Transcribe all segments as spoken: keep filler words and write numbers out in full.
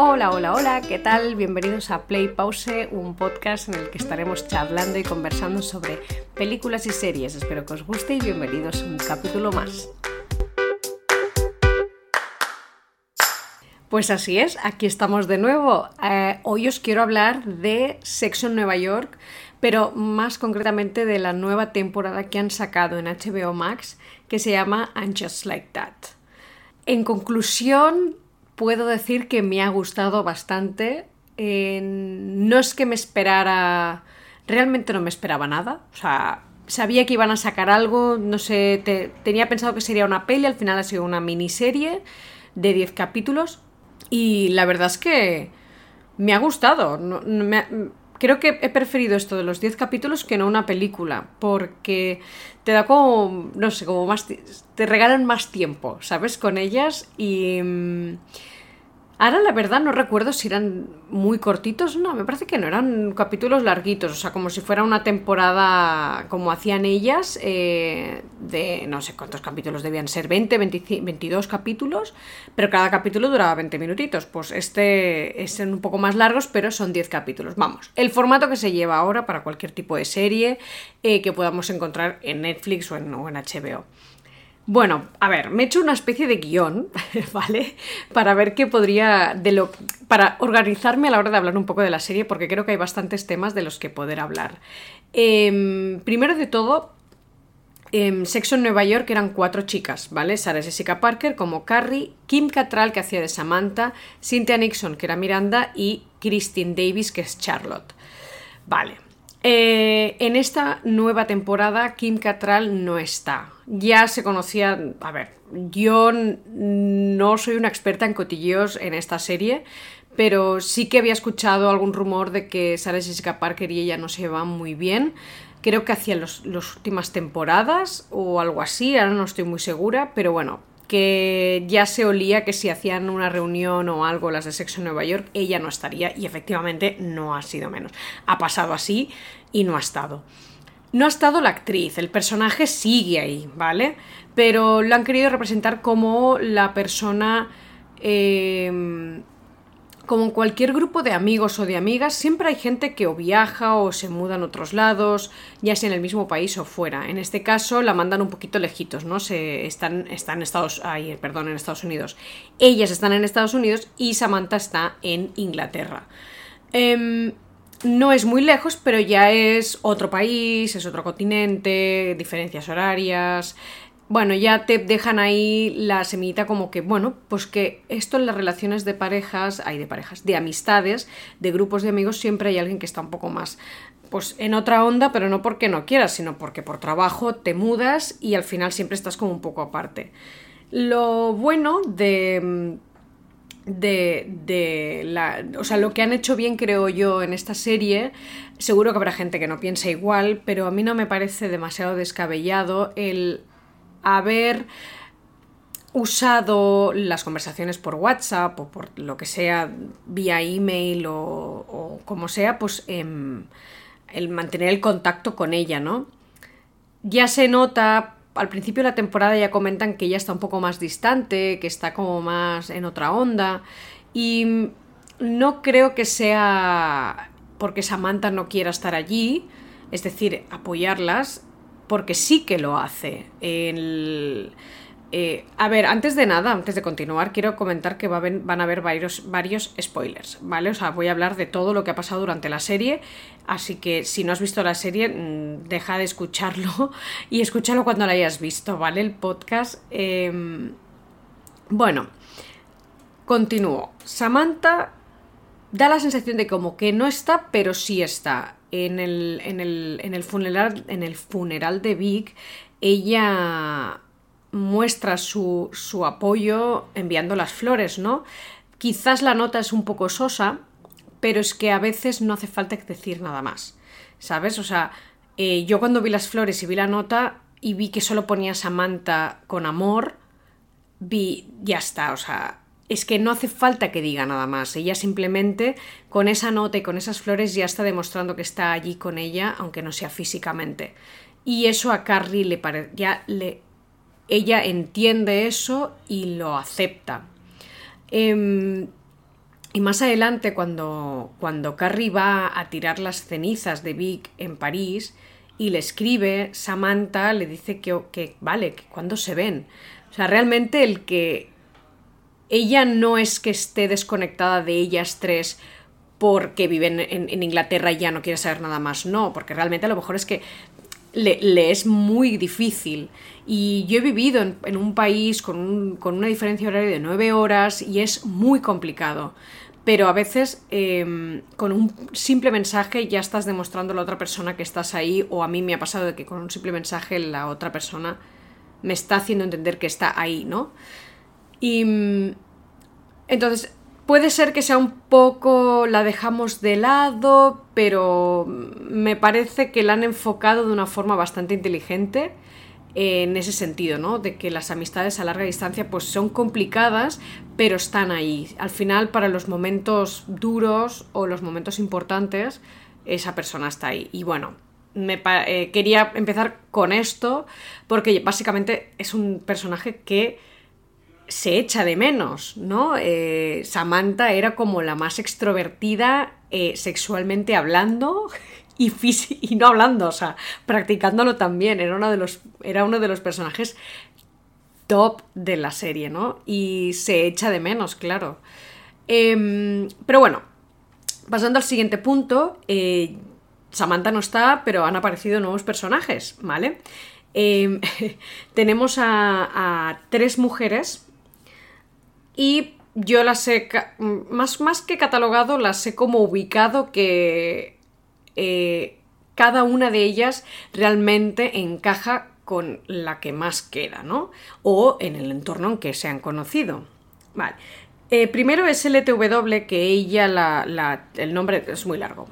Hola, hola, hola, ¿qué tal? Bienvenidos a Play Pause, un podcast en el que estaremos charlando y conversando sobre películas y series. Espero que os guste y bienvenidos a un capítulo más. Pues así es, aquí estamos de nuevo. Eh, hoy os quiero hablar de Sexo en Nueva York, pero más concretamente de la nueva temporada que han sacado en H B O Max, que se llama And Just Like That. En conclusión, puedo decir que me ha gustado bastante. Eh, no es que me esperara... Realmente no me esperaba nada. O sea, sabía que iban a sacar algo, no sé, te, tenía pensado que sería una peli, al final ha sido una miniserie de diez capítulos. Y la verdad es que me ha gustado. No, no, me ha, creo que he preferido esto de los diez capítulos que no una película, porque te da como, no sé, como más, te regalan más tiempo, ¿sabes? Con ellas y... Ahora la verdad no recuerdo si eran muy cortitos, no, me parece que no, eran capítulos larguitos, o sea, como si fuera una temporada como hacían ellas, eh, de no sé cuántos capítulos debían ser, veinte, veinte, veintidós capítulos, pero cada capítulo duraba veinte minutitos, pues este es un poco más largos, pero son diez capítulos, vamos, el formato que se lleva ahora para cualquier tipo de serie eh, que podamos encontrar en Netflix o en, o en H B O. Bueno, a ver, me he hecho una especie de guión, ¿vale? Para ver qué podría, de lo, para organizarme a la hora de hablar un poco de la serie, porque creo que hay bastantes temas de los que poder hablar. Eh, primero de todo, eh, Sexo en Nueva York eran cuatro chicas, ¿vale? Sarah Jessica Parker como Carrie, Kim Cattrall, que hacía de Samantha, Cynthia Nixon, que era Miranda, y Christine Davis, que es Charlotte. Vale. Eh, en esta nueva temporada Kim Cattrall no está. Ya se conocía, a ver, yo no soy una experta en cotilleos en esta serie, pero sí que había escuchado algún rumor de que Sarah Jessica Parker y ella no se llevaban muy bien. Creo que hacían las últimas temporadas o algo así, ahora no estoy muy segura, pero bueno, que ya se olía que si hacían una reunión o algo las de Sexo en Nueva York, ella no estaría, y efectivamente no ha sido menos. Ha pasado así y no ha estado. No ha estado la actriz, el personaje sigue ahí, ¿vale? Pero lo han querido representar como la persona... Eh, como en cualquier grupo de amigos o de amigas, siempre hay gente que o viaja o se muda a otros lados, ya sea en el mismo país o fuera. En este caso la mandan un poquito lejitos, ¿no? Se están, están en Estados, ay, perdón, en Estados Unidos. Ellas están en Estados Unidos y Samantha está en Inglaterra. Eh, no es muy lejos, pero ya es otro país, es otro continente, diferencias horarias... Bueno, ya te dejan ahí la semillita como que, bueno, pues que esto en las relaciones de parejas, hay de parejas, de amistades, de grupos de amigos, siempre hay alguien que está un poco más, pues en otra onda, pero no porque no quieras, sino porque por trabajo te mudas y al final siempre estás como un poco aparte. Lo bueno de... De, de la, o sea, lo que han hecho bien, creo yo, en esta serie, seguro que habrá gente que no piensa igual, pero a mí no me parece demasiado descabellado el haber usado las conversaciones por WhatsApp o por lo que sea, vía email o, o como sea, pues eh, el mantener el contacto con ella, ¿no? Ya se nota, al principio de la temporada ya comentan que ella está un poco más distante, que está como más en otra onda, y no creo que sea porque Samantha no quiera estar allí, es decir, apoyarlas, porque sí que lo hace. El, eh, a ver, antes de nada, antes de continuar, quiero comentar que va a haber, van a haber varios, varios spoilers, ¿vale? O sea, voy a hablar de todo lo que ha pasado durante la serie, así que si no has visto la serie, deja de escucharlo y escúchalo cuando la hayas visto, ¿vale? El podcast. Eh, bueno, continúo. Samantha da la sensación de como que no está, pero sí está. En el, en el, en el, funeral, en el funeral de Vic, ella muestra su, su apoyo enviando las flores, ¿no? Quizás la nota es un poco sosa, pero es que a veces no hace falta decir nada más, ¿sabes? O sea, eh, yo cuando vi las flores y vi la nota y vi que solo ponía Samantha con amor, vi, ya está, o sea... Es que no hace falta que diga nada más. Ella simplemente, con esa nota y con esas flores, ya está demostrando que está allí con ella, aunque no sea físicamente. Y eso a Carrie le parece... Ya le... Ella entiende eso y lo acepta. Eh, Y más adelante, cuando, cuando Carrie va a tirar las cenizas de Vic en París y le escribe, Samantha le dice que, que vale, que cuando se ven. O sea, realmente el que ella no es que esté desconectada de ellas tres porque vive en, en, en Inglaterra y ya no quiere saber nada más, no, porque realmente a lo mejor es que le, le es muy difícil. Y yo he vivido en, en un país con, un, con una diferencia horaria de nueve horas y es muy complicado. Pero a veces eh, con un simple mensaje ya estás demostrando a la otra persona que estás ahí, o a mí me ha pasado de que con un simple mensaje la otra persona me está haciendo entender que está ahí, ¿no? Y entonces puede ser que sea un poco la dejamos de lado, pero me parece que la han enfocado de una forma bastante inteligente en ese sentido, ¿no? De que las amistades a larga distancia pues son complicadas, pero están ahí. Al final, para los momentos duros o los momentos importantes, esa persona está ahí. Y bueno, me eh, quería empezar con esto porque básicamente es un personaje que se echa de menos, ¿no? Eh, Samantha era como la más extrovertida eh, sexualmente hablando y, fisi- y no hablando, o sea, practicándolo también. Era uno de los, era uno de los personajes top de la serie, ¿no? Y se echa de menos, claro. Eh, pero bueno, pasando al siguiente punto, eh, Samantha no está, pero han aparecido nuevos personajes, ¿vale? Eh, tenemos a, a tres mujeres y yo las he, más, más que catalogado, las he como ubicado que eh, cada una de ellas realmente encaja con la que más queda, ¿no? O en el entorno en que se han conocido. Vale. Eh, primero es L T W, que ella, la, la, el nombre es muy largo.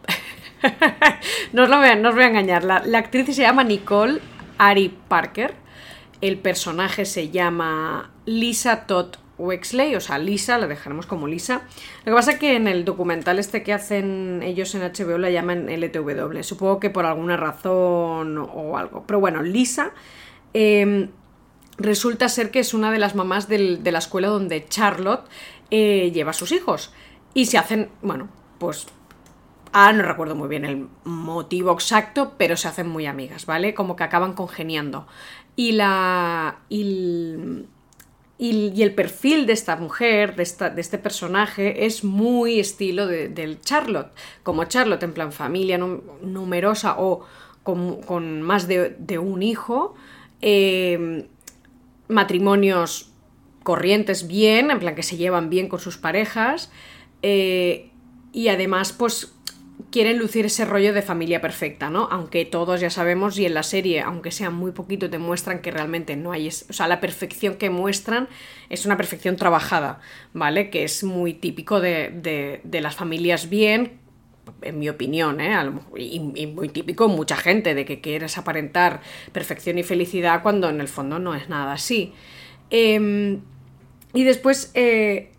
no, os lo voy a, no os voy a engañar. La, la actriz se llama Nicole Ari Parker. El personaje se llama Lisa Todd Wexley, o sea, Lisa, la dejaremos como Lisa. Lo que pasa es que en el documental este que hacen ellos en H B O la llaman L T W. Supongo que por alguna razón o algo. Pero bueno, Lisa eh, resulta ser que es una de las mamás del, de la escuela donde Charlotte eh, lleva a sus hijos. Y se hacen, bueno, pues... Ah, no recuerdo muy bien el motivo exacto, pero se hacen muy amigas, ¿vale? Como que acaban congeniando. Y la... Y, y, y el perfil de esta mujer, de, esta, de este personaje, es muy estilo de, del Charlotte. Como Charlotte, en plan familia num, numerosa o con, con más de, de un hijo. Eh, matrimonios corrientes bien, en plan que se llevan bien con sus parejas. Eh, y además, pues... quieren lucir ese rollo de familia perfecta, ¿no? Aunque todos ya sabemos, y en la serie, aunque sea muy poquito, te muestran que realmente no hay... O sea, la perfección que muestran es una perfección trabajada, ¿vale? Que es muy típico de, de, de las familias bien, en mi opinión, ¿eh? Y, y muy típico en mucha gente, de que quieres aparentar perfección y felicidad cuando en el fondo no es nada así. Eh, y después, eh,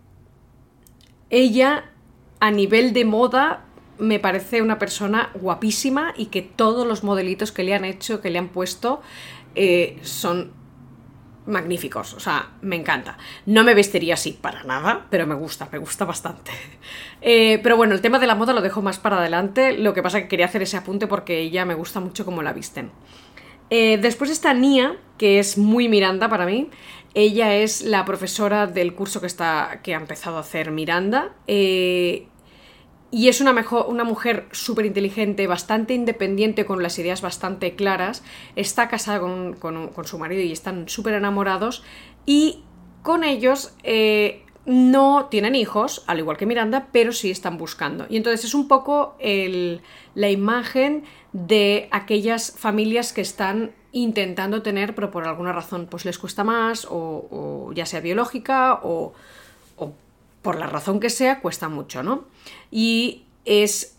ella, a nivel de moda... me parece una persona guapísima y que todos los modelitos que le han hecho, que le han puesto, eh, son magníficos. O sea, me encanta. No me vestiría así para nada, pero me gusta, me gusta bastante. Eh, pero bueno, el tema de la moda lo dejo más para adelante. Lo que pasa es que quería hacer ese apunte porque ella me gusta mucho cómo la visten. Eh, después está Nia, que es muy Miranda para mí. Ella es la profesora del curso que, está, que ha empezado a hacer Miranda. Eh... Y es una, mejor, una mujer súper inteligente, bastante independiente, con las ideas bastante claras. Está casada con, con, con su marido y están súper enamorados. Y con ellos eh, no tienen hijos, al igual que Miranda, pero sí están buscando. Y entonces es un poco el, la imagen de aquellas familias que están intentando tener, pero por alguna razón pues les cuesta más, o, o ya sea biológica, o... o por la razón que sea, cuesta mucho, ¿no? Y es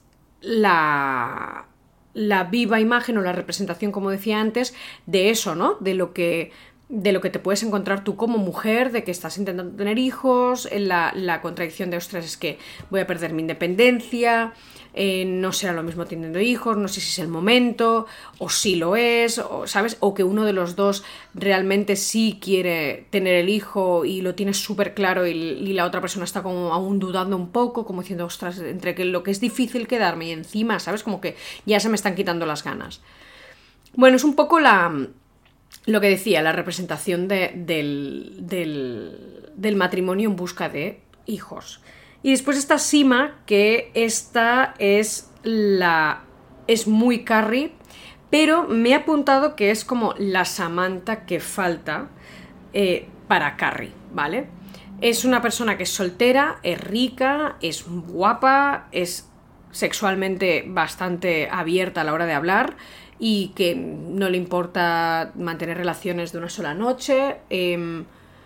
la, la viva imagen o la representación, como decía antes, de eso, ¿no? De lo que de lo que te puedes encontrar tú como mujer, de que estás intentando tener hijos, la, la contradicción de, ostras, es que voy a perder mi independencia, eh, no será lo mismo teniendo hijos, no sé si es el momento, o si lo es, o, ¿sabes? O que uno de los dos realmente sí quiere tener el hijo y lo tiene súper claro y, y la otra persona está como aún dudando un poco, como diciendo, ostras, entre que lo que es difícil quedarme y encima, ¿sabes? Como que ya se me están quitando las ganas. Bueno, es un poco la... Lo que decía, la representación de, del, del, del matrimonio en busca de hijos. Y después está Sima, que esta es la... es muy Carrie, pero me he apuntado que es como la Samantha que falta eh, para Carrie, ¿vale? Es una persona que es soltera, es rica, es guapa, es sexualmente bastante abierta a la hora de hablar y que no le importa mantener relaciones de una sola noche, eh,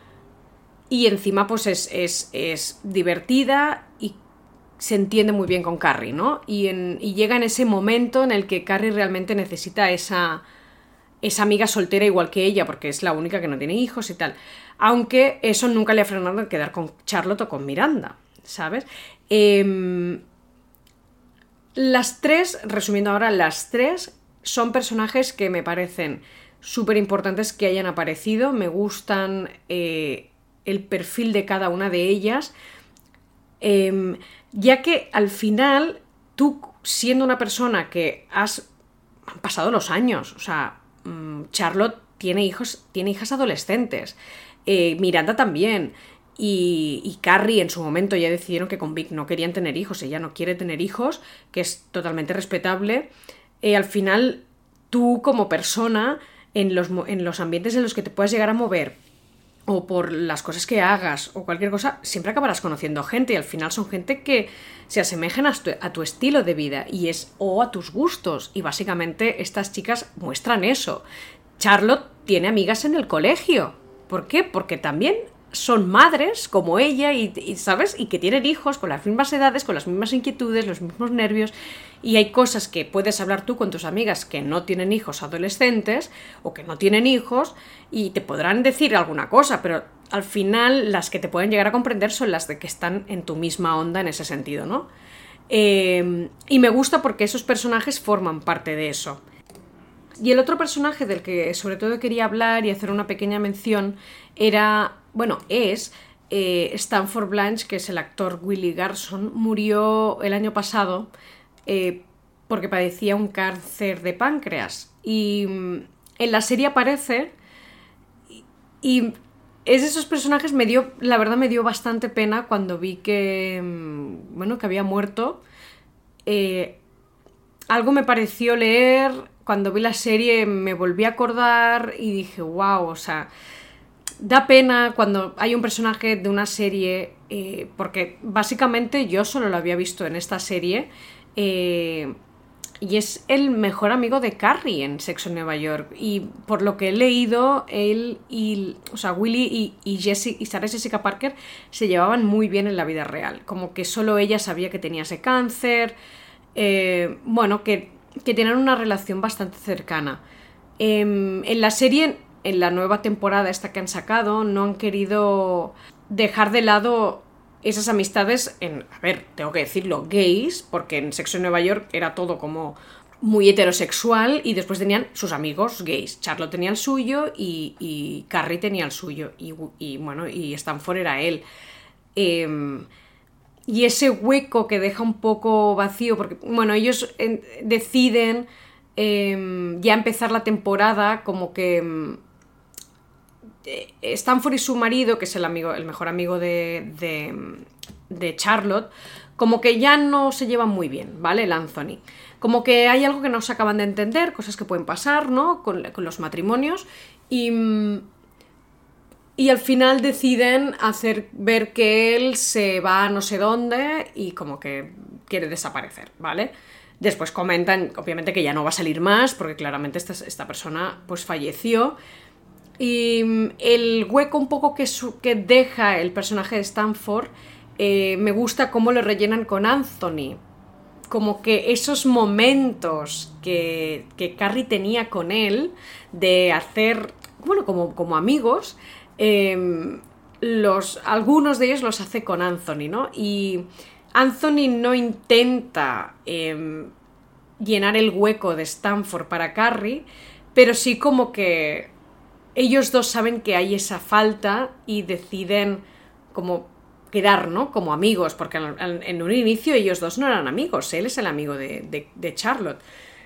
y encima pues es, es, es divertida y se entiende muy bien con Carrie, ¿no? Y, en, y llega en ese momento en el que Carrie realmente necesita esa, esa amiga soltera igual que ella, porque es la única que no tiene hijos y tal, aunque eso nunca le ha frenado de quedar con Charlotte o con Miranda, ¿sabes? Eh, las tres, resumiendo ahora, las tres son personajes que me parecen súper importantes que hayan aparecido. Me gustan eh, el perfil de cada una de ellas, eh, ya que al final tú, siendo una persona que has han pasado los años, o sea, Charlotte tiene hijos, tiene hijas adolescentes, eh, Miranda también, y, y Carrie en su momento ya decidieron que con Vic no querían tener hijos, ella no quiere tener hijos, que es totalmente respetable. Eh, al final, tú como persona, en los, en los ambientes en los que te puedas llegar a mover, o por las cosas que hagas, o cualquier cosa, siempre acabarás conociendo gente, y al final son gente que se asemejan a tu, a tu estilo de vida, y es, o a tus gustos, y básicamente estas chicas muestran eso. Charlotte tiene amigas en el colegio. ¿Por qué? Porque también son madres como ella y, y, ¿sabes? Y que tienen hijos con las mismas edades, con las mismas inquietudes, los mismos nervios, y hay cosas que puedes hablar tú con tus amigas que no tienen hijos adolescentes o que no tienen hijos y te podrán decir alguna cosa, pero al final las que te pueden llegar a comprender son las de que están en tu misma onda en ese sentido, ¿no? Eh, y me gusta porque esos personajes forman parte de eso. Y el otro personaje del que sobre todo quería hablar y hacer una pequeña mención era, bueno, es eh, Stanford Blanche, que es el actor Willie Garson. Murió el año pasado eh, porque padecía un cáncer de páncreas. Y mm, en la serie aparece y, y es de esos personajes, me dio, la verdad me dio bastante pena cuando vi que, mm, bueno, que había muerto. Eh, algo me pareció leer... Cuando vi la serie me volví a acordar y dije, wow, o sea, da pena cuando hay un personaje de una serie, eh, porque básicamente yo solo lo había visto en esta serie, eh, y es el mejor amigo de Carrie en Sexo en Nueva York, y por lo que he leído, él y, o sea, Willie y, y, Jessie, y Sarah Jessica Parker se llevaban muy bien en la vida real, como que solo ella sabía que tenía ese cáncer, eh, bueno, que... que tienen una relación bastante cercana. Eh, en la serie, en la nueva temporada esta que han sacado, no han querido dejar de lado esas amistades en, a ver, tengo que decirlo, gays, porque en Sexo en Nueva York era todo como muy heterosexual y después tenían sus amigos gays. Charlotte tenía el suyo y, y Carrie tenía el suyo y, y bueno, y Stanford era él. Eh, Y ese hueco que deja un poco vacío, porque, bueno, ellos eh, deciden eh, ya empezar la temporada como que eh, Stanford y su marido, que es el amigo, el mejor amigo de, de, de Charlotte, como que ya no se llevan muy bien, ¿vale? El Anthony. Como que hay algo que no se acaban de entender, cosas que pueden pasar, ¿no? Con, con los matrimonios y... Y al final deciden hacer ver que él se va a no sé dónde y como que quiere desaparecer, ¿vale? Después comentan, obviamente, que ya no va a salir más porque claramente esta, esta persona pues falleció. Y el hueco un poco que, su, que deja el personaje de Stanford, eh, me gusta cómo lo rellenan con Anthony. Como que esos momentos que, que Carrie tenía con él de hacer... bueno, como, como amigos, eh, los, algunos de ellos los hace con Anthony, ¿no? Y Anthony no intenta eh, llenar el hueco de Stanford para Carrie, pero sí como que ellos dos saben que hay esa falta y deciden como quedar, ¿no? Como amigos, porque en, en un inicio ellos dos no eran amigos, él es el amigo de, de, de Charlotte.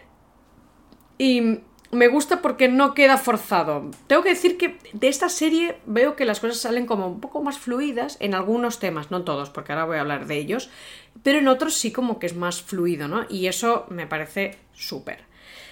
Y me gusta porque no queda forzado. Tengo que decir que de esta serie veo que las cosas salen como un poco más fluidas en algunos temas, no todos, porque ahora voy a hablar de ellos, pero en otros sí como que es más fluido, ¿no? Y eso me parece súper.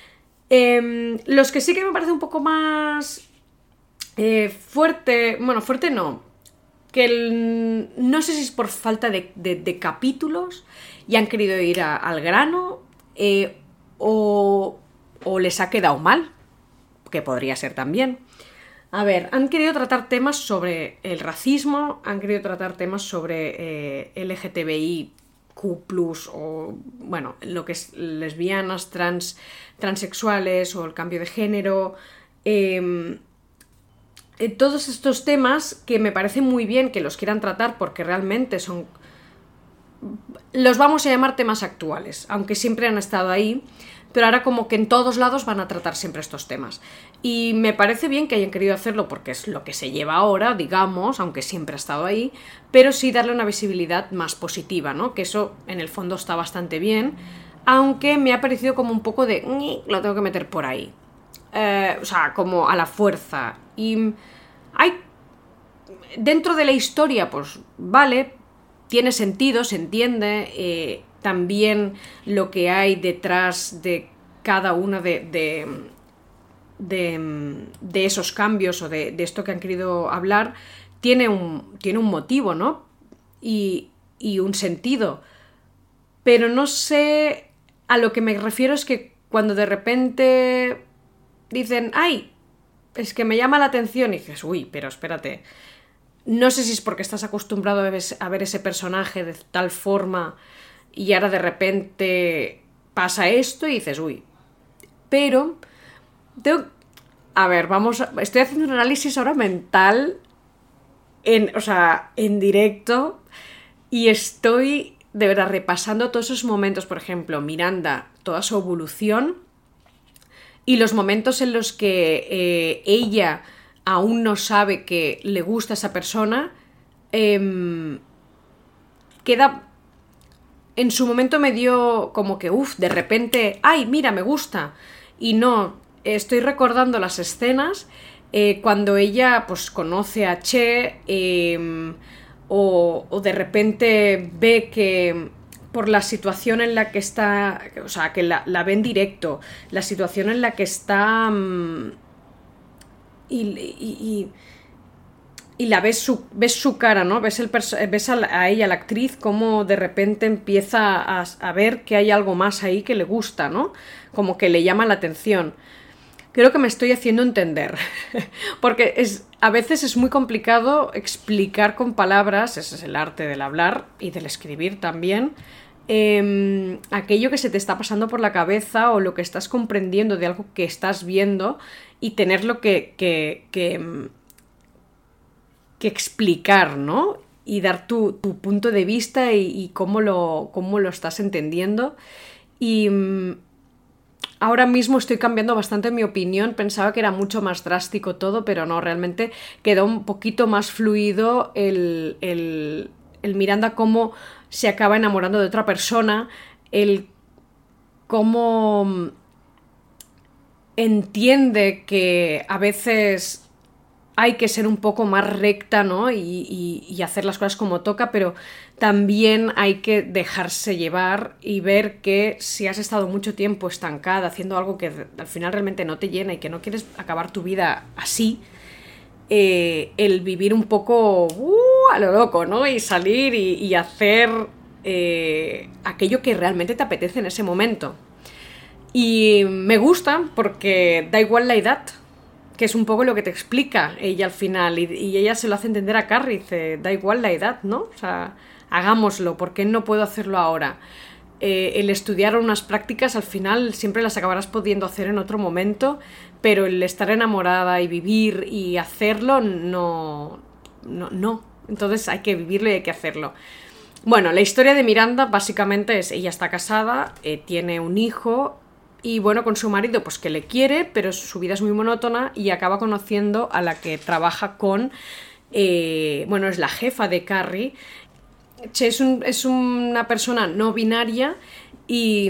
Eh, los que sí que me parece un poco más eh, fuerte, bueno, fuerte no, que el, no sé si es por falta de, de, de capítulos y han querido ir a, al grano eh, o... o les ha quedado mal, que podría ser también. A ver, han querido tratar temas sobre el racismo, han querido tratar temas sobre eh, L G T B I Q plus, o bueno, lo que es lesbianas, trans, transexuales o el cambio de género. Eh, eh, todos estos temas que me parece muy bien que los quieran tratar porque realmente son... los vamos a llamar temas actuales, aunque siempre han estado ahí, pero ahora como que en todos lados van a tratar siempre estos temas. Y me parece bien que hayan querido hacerlo porque es lo que se lleva ahora, digamos, aunque siempre ha estado ahí, pero sí darle una visibilidad más positiva, ¿no? Que eso en el fondo está bastante bien, aunque me ha parecido como un poco de... lo tengo que meter por ahí. Eh, o sea, como a la fuerza. Y hay... dentro de la historia, pues vale, tiene sentido, se entiende... Eh, también lo que hay detrás de cada uno de, de, de, de esos cambios o de, de esto que han querido hablar, tiene un, tiene un motivo, ¿no? Y, y un sentido. Pero no sé, a lo que me refiero es que cuando de repente dicen, ¡ay! Es que me llama la atención y dices, uy, pero espérate. No sé si es porque estás acostumbrado a ver, a ver ese personaje de tal forma... y ahora de repente pasa esto y dices, uy. Pero, tengo... a ver, vamos, a... estoy haciendo un análisis ahora mental, en, o sea, en directo, y estoy de verdad repasando todos esos momentos, por ejemplo, Miranda, toda su evolución, y los momentos en los que eh, ella aún no sabe que le gusta a esa persona, eh, queda... en su momento me dio como que, uff, de repente, ¡ay, mira, me gusta! Y no, estoy recordando las escenas eh, cuando ella, pues, conoce a Che eh, o, o de repente ve que por la situación en la que está, o sea, que la, la ve en directo, la situación en la que está um, y... y, y Y la ves su, ves su cara, ¿no? Ves, el ves a, la, a ella, la actriz, cómo de repente empieza a, a ver que hay algo más ahí que le gusta, ¿no? Como que le llama la atención. Creo que me estoy haciendo entender. Porque es, a veces es muy complicado explicar con palabras, ese es el arte del hablar y del escribir también, eh, aquello que se te está pasando por la cabeza o lo que estás comprendiendo de algo que estás viendo y tenerlo que... que, que que explicar, ¿no? Y dar tu, tu punto de vista y, y cómo, lo, cómo lo estás entendiendo. Y mmm, ahora mismo estoy cambiando bastante mi opinión. Pensaba que era mucho más drástico todo, pero no, realmente quedó un poquito más fluido el, el, el Miranda cómo se acaba enamorando de otra persona, el cómo entiende que a veces... hay que ser un poco más recta, ¿no? Y, y, y hacer las cosas como toca, pero también hay que dejarse llevar y ver que si has estado mucho tiempo estancada haciendo algo que al final realmente no te llena y que no quieres acabar tu vida así, eh, el vivir un poco uh, a lo loco, ¿no? Y salir y, y hacer eh, aquello que realmente te apetece en ese momento. Y me gusta porque da igual la edad, que es un poco lo que te explica ella al final, y, y ella se lo hace entender a Carrie, dice, da igual la edad, ¿no? O sea, hagámoslo, ¿por qué no puedo hacerlo ahora? eh, el estudiar unas prácticas al final siempre las acabarás pudiendo hacer en otro momento, pero el estar enamorada y vivir y hacerlo no, no, no. Entonces hay que vivirlo y hay que hacerlo. Bueno, la historia de Miranda básicamente es, ella está casada, eh, tiene un hijo y bueno, con su marido pues que le quiere, pero su vida es muy monótona y acaba conociendo a la que trabaja con, eh, bueno, es la jefa de Carrie. Che es, un, es una persona no binaria y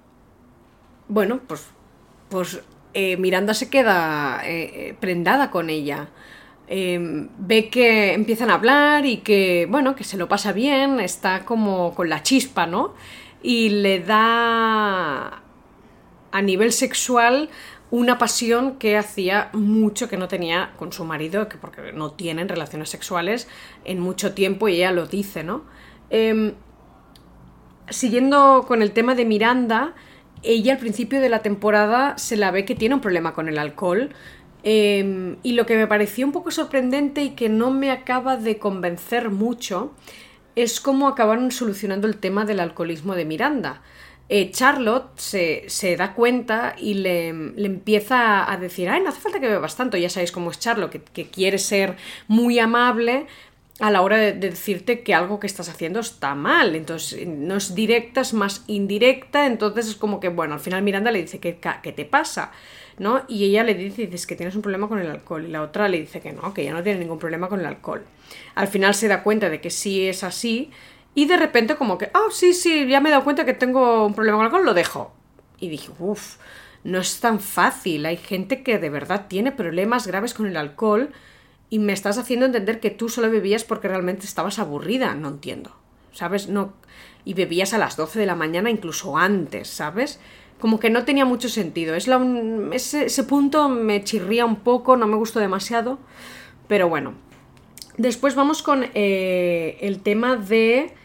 bueno, pues, pues eh, Miranda se queda eh, prendada con ella. Eh, ve que empiezan a hablar y que, bueno, que se lo pasa bien, está como con la chispa, ¿no? Y le da a nivel sexual una pasión que hacía mucho que no tenía con su marido, que porque no tienen relaciones sexuales en mucho tiempo y ella lo dice, ¿no? Eh, siguiendo con el tema de Miranda, ella al principio de la temporada se la ve que tiene un problema con el alcohol. Eh, y lo que me pareció un poco sorprendente y que no me acaba de convencer mucho es cómo acabaron solucionando el tema del alcoholismo de Miranda. Eh, Charlotte se, se da cuenta y le, le empieza a decir, ay, no hace falta que bebas tanto, ya sabéis cómo es Charlotte, que, que quiere ser muy amable a la hora de, de decirte que algo que estás haciendo está mal. Entonces no es directa, es más indirecta, entonces es como que, bueno, al final Miranda le dice, ¿qué, qué te pasa? ¿No? Y ella le dice, dices que tienes un problema con el alcohol, y la otra le dice que no, que ella no tiene ningún problema con el alcohol. Al final se da cuenta de que sí es así y de repente como que, ah, oh, sí, sí, ya me he dado cuenta que tengo un problema con el alcohol, lo dejo. Y dije, uff, no es tan fácil, hay gente que de verdad tiene problemas graves con el alcohol y me estás haciendo entender que tú solo bebías porque realmente estabas aburrida, no entiendo, ¿sabes? No, y bebías a las doce de la mañana, incluso antes, ¿sabes? Como que no tenía mucho sentido. Es la un... ese, ese punto me chirría un poco, no me gustó demasiado, pero bueno. Después vamos con eh, el tema de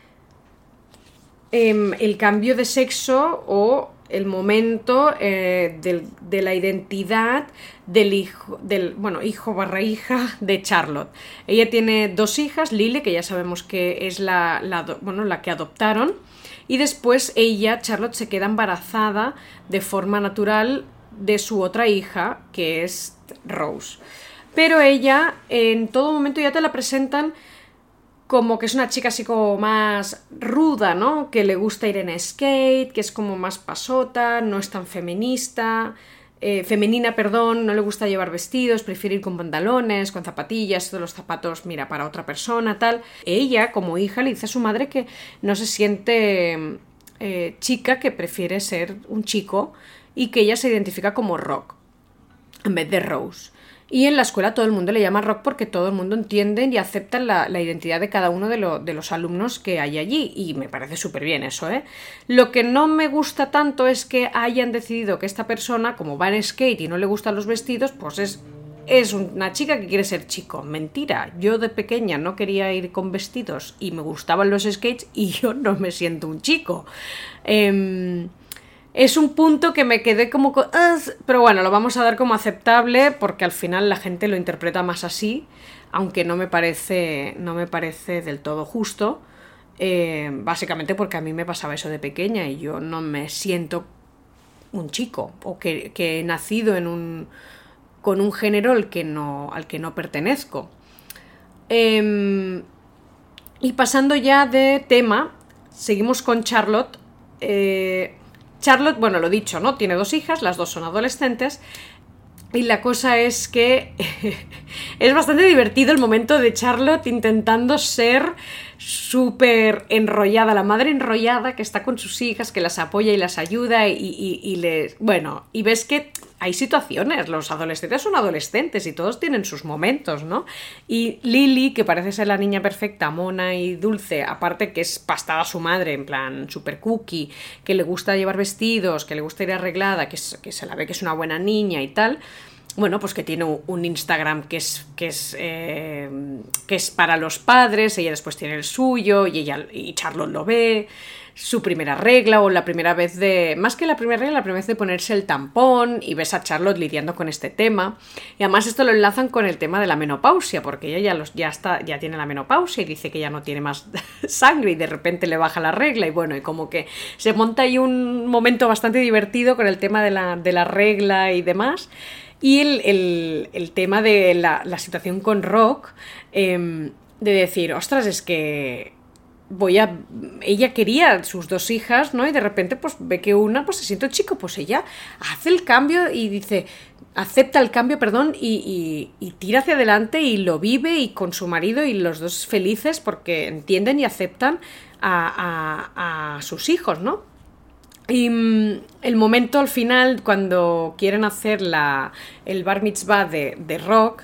eh, el cambio de sexo o el momento eh, del, de la identidad del hijo, del, bueno, hijo barra hija de Charlotte. Ella tiene dos hijas, Lily, que ya sabemos que es la, la, bueno, la que adoptaron, y después ella, Charlotte, se queda embarazada de forma natural de su otra hija, que es Rose. Pero ella, en todo momento ya te la presentan como que es una chica así como más ruda, ¿no? Que le gusta ir en skate, que es como más pasota, no es tan feminista, eh, femenina, perdón, no le gusta llevar vestidos, prefiere ir con pantalones, con zapatillas, todos los zapatos, mira, para otra persona, tal. Ella, como hija, le dice a su madre que no se siente eh, chica, que prefiere ser un chico y que ella se identifica como Rock en vez de Rose. Y en la escuela todo el mundo le llama Rock porque todo el mundo entiende y acepta la, la identidad de cada uno de, lo, de los alumnos que hay allí. Y me parece súper bien eso, ¿eh? Lo que no me gusta tanto es que hayan decidido que esta persona, como va en skate y no le gustan los vestidos, pues es, es una chica que quiere ser chico. Mentira, yo de pequeña no quería ir con vestidos y me gustaban los skates y yo no me siento un chico. Eh... Es un punto que me quedé como... Uh, pero bueno, lo vamos a dar como aceptable porque al final la gente lo interpreta más así, aunque no me parece, no me parece del todo justo, eh, básicamente porque a mí me pasaba eso de pequeña y yo no me siento un chico o que, que he nacido en un, con un género al que no, al que no pertenezco. Eh, y pasando ya de tema, seguimos con Charlotte. Eh, Charlotte, bueno, lo dicho, ¿no? Tiene dos hijas, las dos son adolescentes. Y la cosa es que es bastante divertido el momento de Charlotte intentando ser súper enrollada, la madre enrollada que está con sus hijas, que las apoya y las ayuda y, y, y les... Bueno, y ves que hay situaciones, los adolescentes son adolescentes y todos tienen sus momentos, ¿no? Y Lily, que parece ser la niña perfecta, mona y dulce, aparte que es pastada a su madre, en plan super cookie, que le gusta llevar vestidos, que le gusta ir arreglada, que, es, que se la ve que es una buena niña y tal, bueno, pues que tiene un Instagram que es, que es, eh, que es para los padres, ella después tiene el suyo y, ella, y Charlotte lo ve, su primera regla o la primera vez de, más que la primera regla, la primera vez de ponerse el tampón y ves a Charlotte lidiando con este tema y además esto lo enlazan con el tema de la menopausia porque ella ya, los, ya, está, ya tiene la menopausia y dice que ya no tiene más sangre y de repente le baja la regla y bueno, y como que se monta ahí un momento bastante divertido con el tema de la, de la regla y demás. Y el, el, el tema de la, la situación con Rock, eh, de decir, ostras, es que voy a... ella quería sus dos hijas, ¿no? Y de repente pues ve que una pues se siente chico, pues ella hace el cambio y dice, acepta el cambio, perdón, y, y, y tira hacia adelante y lo vive y con su marido y los dos felices porque entienden y aceptan a, a, a sus hijos, ¿no? Y mmm, el momento al final, cuando quieren hacer la, el bar mitzvah de, de Rock,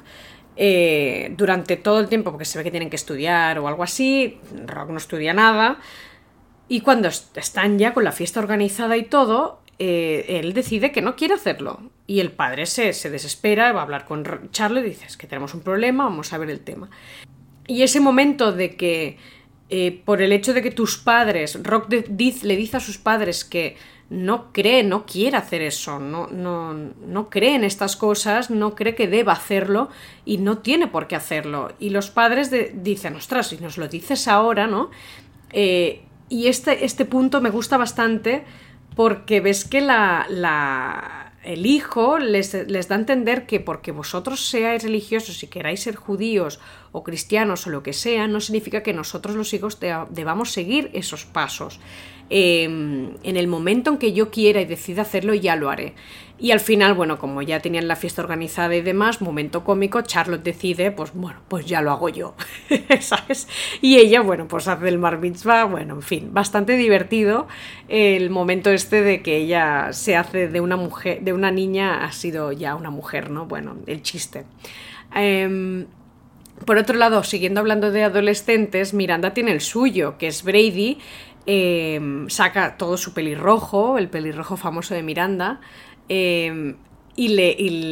eh, durante todo el tiempo, porque se ve que tienen que estudiar o algo así, Rock no estudia nada, y cuando están ya con la fiesta organizada y todo, eh, él decide que no quiere hacerlo. Y el padre se, se desespera, va a hablar con Charlotte y dice, es que tenemos un problema, vamos a ver el tema. Y ese momento de que Eh, por el hecho de que tus padres, Rock de, diz, le dice a sus padres que no cree, no quiere hacer eso, no, no, no cree en estas cosas, no cree que deba hacerlo y no tiene por qué hacerlo. Y los padres de, dicen, ostras, si nos lo dices ahora, ¿no? Eh, y este, este punto me gusta bastante porque ves que la... la el hijo les, les da a entender que porque vosotros seáis religiosos y queráis ser judíos o cristianos o lo que sea, no significa que nosotros los hijos de, debamos seguir esos pasos. Eh, en el momento en que yo quiera y decida hacerlo, ya lo haré. Y al final, bueno, como ya tenían la fiesta organizada y demás, momento cómico, Charlotte decide, pues bueno, pues ya lo hago yo, ¿sabes? Y ella, bueno, pues hace el bar mitzvah, bueno, en fin, bastante divertido el momento este de que ella se hace de una mujer, de una niña, ha sido ya una mujer, ¿no? Bueno, el chiste. Eh, por otro lado, siguiendo hablando de adolescentes, Miranda tiene el suyo, que es Brady, eh, saca todo su pelirrojo, el pelirrojo famoso de Miranda, Eh, y, le,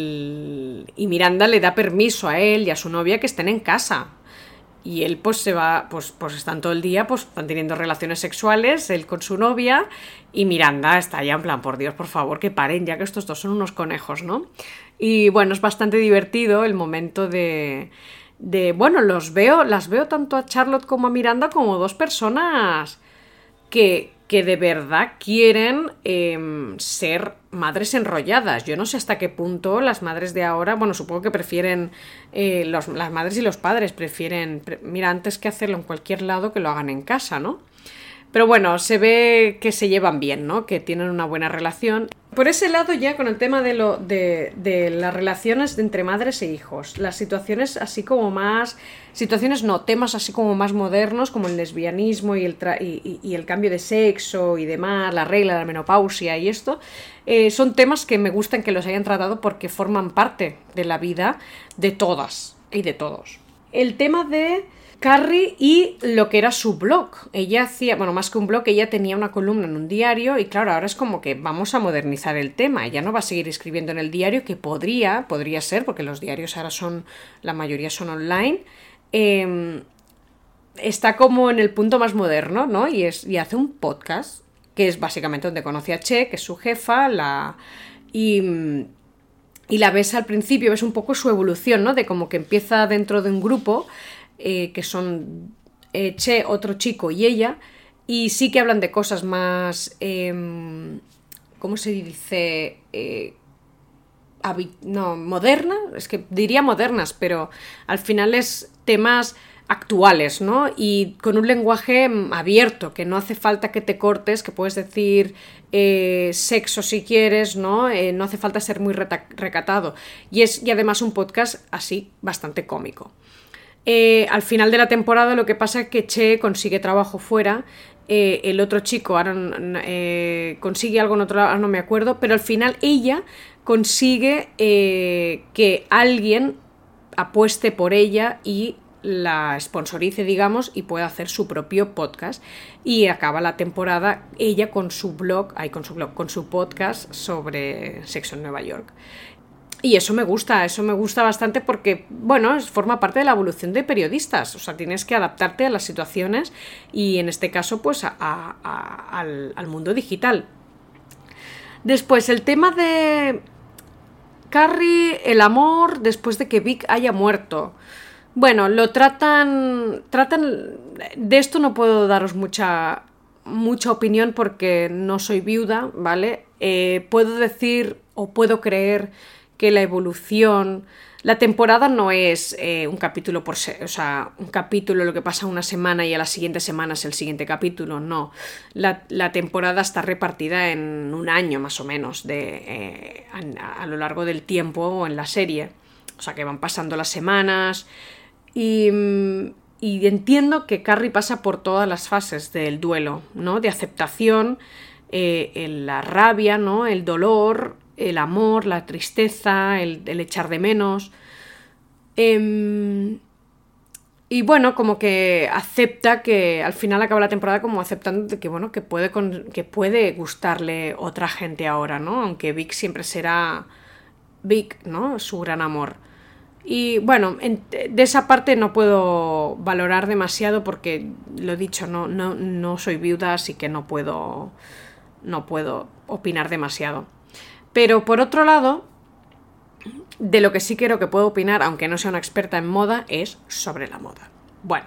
y, y Miranda le da permiso a él y a su novia que estén en casa y él pues se va, pues, pues están todo el día, pues están teniendo relaciones sexuales él con su novia y Miranda está ya en plan, por Dios, por favor, que paren ya que estos dos son unos conejos, ¿no? Y bueno, es bastante divertido el momento de, de bueno, los veo, las veo tanto a Charlotte como a Miranda como dos personas que que de verdad quieren eh, ser madres enrolladas. Yo no sé hasta qué punto las madres de ahora, bueno, supongo que prefieren, eh, los, las madres y los padres prefieren, pre- mira, antes que hacerlo en cualquier lado, que lo hagan en casa, ¿no? Pero bueno, se ve que se llevan bien, ¿no? Que tienen una buena relación. Por ese lado ya con el tema de, lo, de, de las relaciones entre madres e hijos, las situaciones así como más... Situaciones no, temas así como más modernos como el lesbianismo y el, tra- y, y, y el cambio de sexo y demás, la regla de la menopausia y esto, eh, son temas que me gustan que los hayan tratado porque forman parte de la vida de todas y de todos. El tema de Carrie y lo que era su blog. Ella hacía, bueno, más que un blog, ella tenía una columna en un diario y claro, ahora es como que vamos a modernizar el tema. Ella no va a seguir escribiendo en el diario, que podría, podría ser, porque los diarios ahora son, la mayoría son online. Eh, está como en el punto más moderno, ¿no? Y, es, y hace un podcast, que es básicamente donde conoce a Che, que es su jefa, la... y... y la ves al principio, ves un poco su evolución, ¿no? De como que empieza dentro de un grupo, eh, que son eh, Che, otro chico y ella, y sí que hablan de cosas más, eh, ¿cómo se dice? Eh, habi- no, modernas, es que diría modernas, pero al final es temas actuales, ¿no? Y con un lenguaje abierto, que no hace falta que te cortes, que puedes decir eh, sexo si quieres, ¿no? Eh, no hace falta ser muy reta- recatado. Y es y además un podcast así bastante cómico. Eh, al final de la temporada lo que pasa es que Che consigue trabajo fuera, eh, el otro chico ahora eh, consigue algo en otro lado, no me acuerdo, pero al final ella consigue eh, que alguien apueste por ella y la sponsorice, digamos, y pueda hacer su propio podcast. Y acaba la temporada ella con su blog, ay, con su blog, con su podcast sobre sexo en Nueva York. Y eso me gusta, eso me gusta bastante porque, bueno, forma parte de la evolución de periodistas. O sea, tienes que adaptarte a las situaciones y en este caso, pues, a, a, a, al, al mundo digital. Después, el tema de Carrie, el amor después de que Vic haya muerto. Bueno, lo tratan... tratan de esto no puedo daros mucha, mucha opinión porque no soy viuda, ¿vale? Eh, puedo decir o puedo creer que la evolución... La temporada no es eh, un capítulo por se- o sea, un capítulo lo que pasa una semana y a la siguiente semana es el siguiente capítulo, no. La, la temporada está repartida en un año más o menos de, eh, a, a lo largo del tiempo en la serie. O sea que van pasando las semanas y, y entiendo que Carrie pasa por todas las fases del duelo, ¿no? De aceptación, eh, la rabia, ¿no? El dolor, el amor, la tristeza, el, el echar de menos. Eh, y bueno, como que acepta que al final acaba la temporada como aceptando que, bueno, que puede, con, que puede gustarle otra gente ahora, ¿no? Aunque Vic siempre será Vic, ¿no? Su gran amor. Y bueno, en, de esa parte no puedo valorar demasiado porque, lo dicho, no, no, no soy viuda, así que no puedo, no puedo opinar demasiado. Pero por otro lado, de lo que sí creo que puedo opinar, aunque no sea una experta en moda, es sobre la moda. Bueno,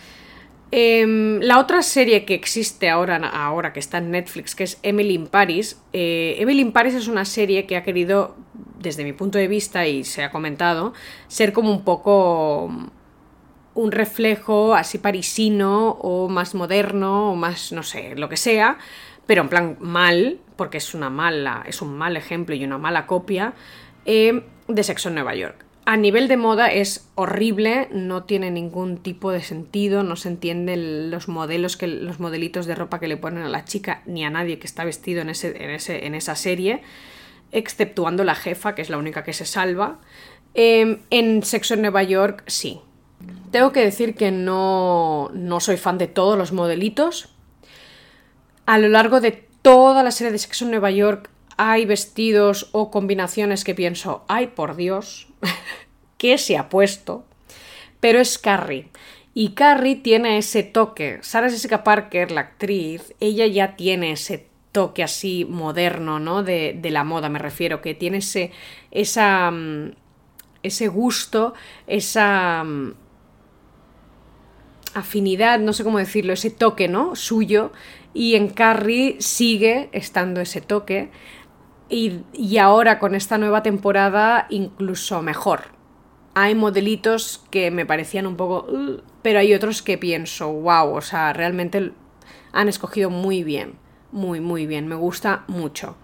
eh, la otra serie que existe ahora, ahora que está en Netflix, que es Emily in Paris. Eh, Emily in Paris es una serie que ha querido, desde mi punto de vista, y se ha comentado, ser como un poco un reflejo así parisino o más moderno o más, no sé, lo que sea, pero en plan mal, porque es una mala, es un mal ejemplo y una mala copia eh, de Sexo en Nueva York. A nivel de moda es horrible, no tiene ningún tipo de sentido, no se entienden los modelos, que, los modelitos de ropa que le ponen a la chica ni a nadie que está vestido en, ese, en, ese, en esa serie, exceptuando la jefa, que es la única que se salva. Eh, en Sexo en Nueva York, sí. Tengo que decir que no, no soy fan de todos los modelitos. A lo largo de toda la serie de Sexo en Nueva York hay vestidos o combinaciones que pienso, ay por Dios, ¿qué se ha puesto? Pero es Carrie. Y Carrie tiene ese toque. Sarah Jessica Parker, la actriz, ella ya tiene ese toque así moderno, ¿no? De, de la moda, me refiero, que tiene ese, esa, ese gusto, esa afinidad, no sé cómo decirlo, ese toque, ¿no? Suyo. Y en Carrie sigue estando ese toque. Y, y ahora con esta nueva temporada incluso mejor. Hay modelitos que me parecían un poco... Uh, pero hay otros que pienso, wow, o sea, realmente han escogido muy bien. Muy, muy bien. Me gusta mucho.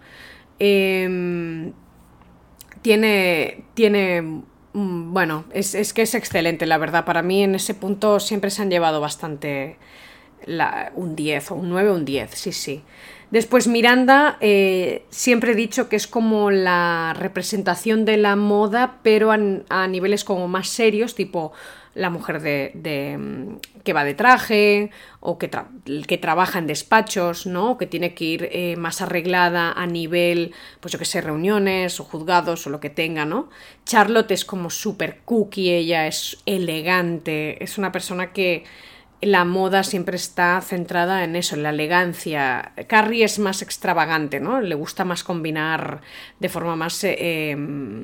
Eh, tiene... tiene bueno, es, es que es excelente, la verdad. Para mí en ese punto siempre se han llevado bastante... La, un diez o un nueve o un diez, sí, sí. Después Miranda, eh, siempre he dicho que es como la representación de la moda, pero a, a niveles como más serios, tipo la mujer de, de que va de traje o que, tra que trabaja en despachos, ¿no? Que tiene que ir eh, más arreglada a nivel, pues yo que sé, reuniones o juzgados o lo que tenga, ¿no? Charlotte es como súper cookie, ella es elegante, es una persona que... La moda siempre está centrada en eso, en la elegancia. Carrie es más extravagante, ¿no? Le gusta más combinar de forma más... Eh,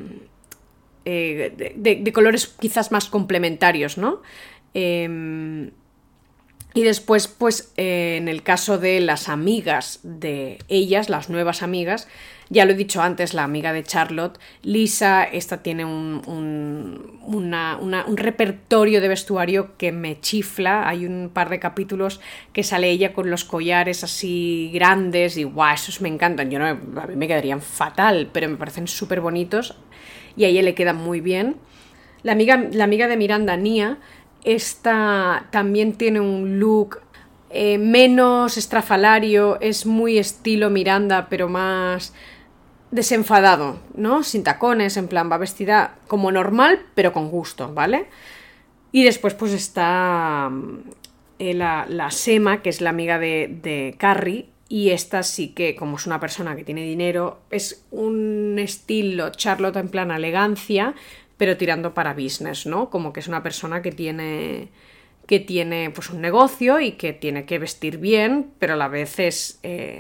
eh, de, de, de colores quizás más complementarios, ¿no? Eh, y después, pues, eh, en el caso de las amigas de ellas, las nuevas amigas, ya lo he dicho antes, la amiga de Charlotte, Lisa, esta tiene un, un, una, una, un repertorio de vestuario que me chifla. Hay un par de capítulos que sale ella con los collares así grandes y guau, esos me encantan. Yo no, a mí me quedarían fatal, pero me parecen súper bonitos y a ella le quedan muy bien. La amiga, la amiga de Miranda, Nia, esta también tiene un look eh, menos estrafalario, es muy estilo Miranda, pero más... desenfadado, ¿no? Sin tacones, en plan, va vestida como normal, pero con gusto, ¿vale? Y después pues está eh, la, la Sema, que es la amiga de, de Carrie, y esta sí que, como es una persona que tiene dinero, es un estilo Charlotte en plan elegancia, pero tirando para business, ¿no? Como que es una persona que tiene, que tiene pues un negocio y que tiene que vestir bien, pero a la vez es eh,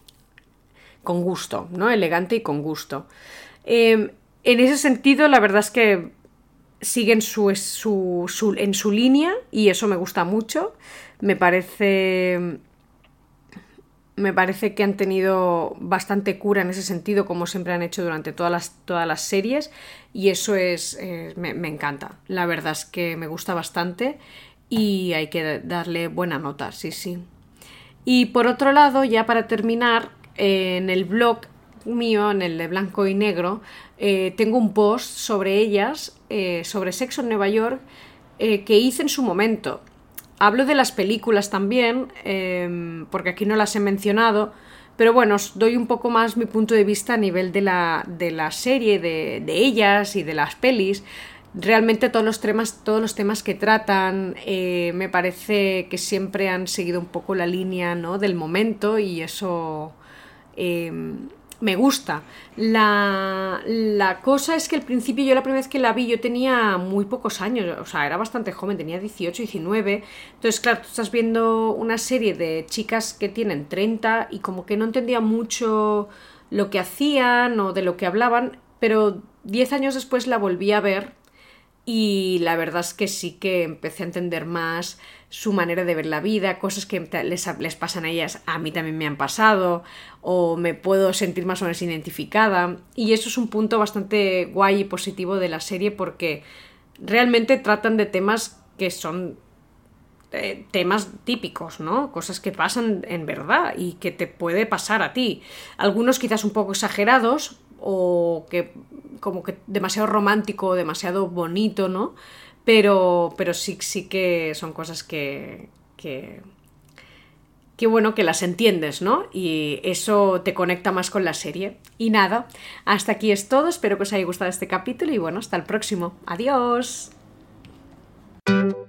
con gusto, ¿no? Elegante y con gusto. Eh, en ese sentido, la verdad es que siguen su, su, su, en su línea y eso me gusta mucho. Me parece... Me parece que han tenido bastante cura en ese sentido, como siempre han hecho durante todas las, todas las series, y eso es eh, me, me encanta. La verdad es que me gusta bastante y hay que darle buena nota, sí, sí. Y por otro lado, ya para terminar, eh, en el blog mío, en el de Blanco y Negro, eh, tengo un post sobre ellas, eh, sobre Sexo en Nueva York, eh, que hice en su momento. Hablo de las películas también, eh, porque aquí no las he mencionado, pero bueno, os doy un poco más mi punto de vista a nivel de la, de la serie, de, de ellas y de las pelis. Realmente todos los temas, todos los temas que tratan eh, me parece que siempre han seguido un poco la línea, ¿no?, del momento, y eso eh, me gusta. La, la cosa es que al principio, yo la primera vez que la vi, yo tenía muy pocos años, o sea, era bastante joven, tenía dieciocho, diecinueve. Entonces, claro, tú estás viendo una serie de chicas que tienen treinta y como que no entendía mucho lo que hacían o de lo que hablaban, pero diez años después la volví a ver y la verdad es que sí que empecé a entender más su manera de ver la vida, cosas que les, les pasan a ellas, a mí también me han pasado, o me puedo sentir más o menos identificada, y eso es un punto bastante guay y positivo de la serie, porque realmente tratan de temas que son eh, temas típicos, ¿no? Cosas que pasan en verdad y que te puede pasar a ti. Algunos quizás un poco exagerados, o que como que demasiado romántico, demasiado bonito, ¿no? Pero, pero sí, sí que son cosas que, que, que, bueno, que las entiendes, ¿no? Y eso te conecta más con la serie. Y nada, hasta aquí es todo. Espero que os haya gustado este capítulo y bueno, hasta el próximo. ¡Adiós!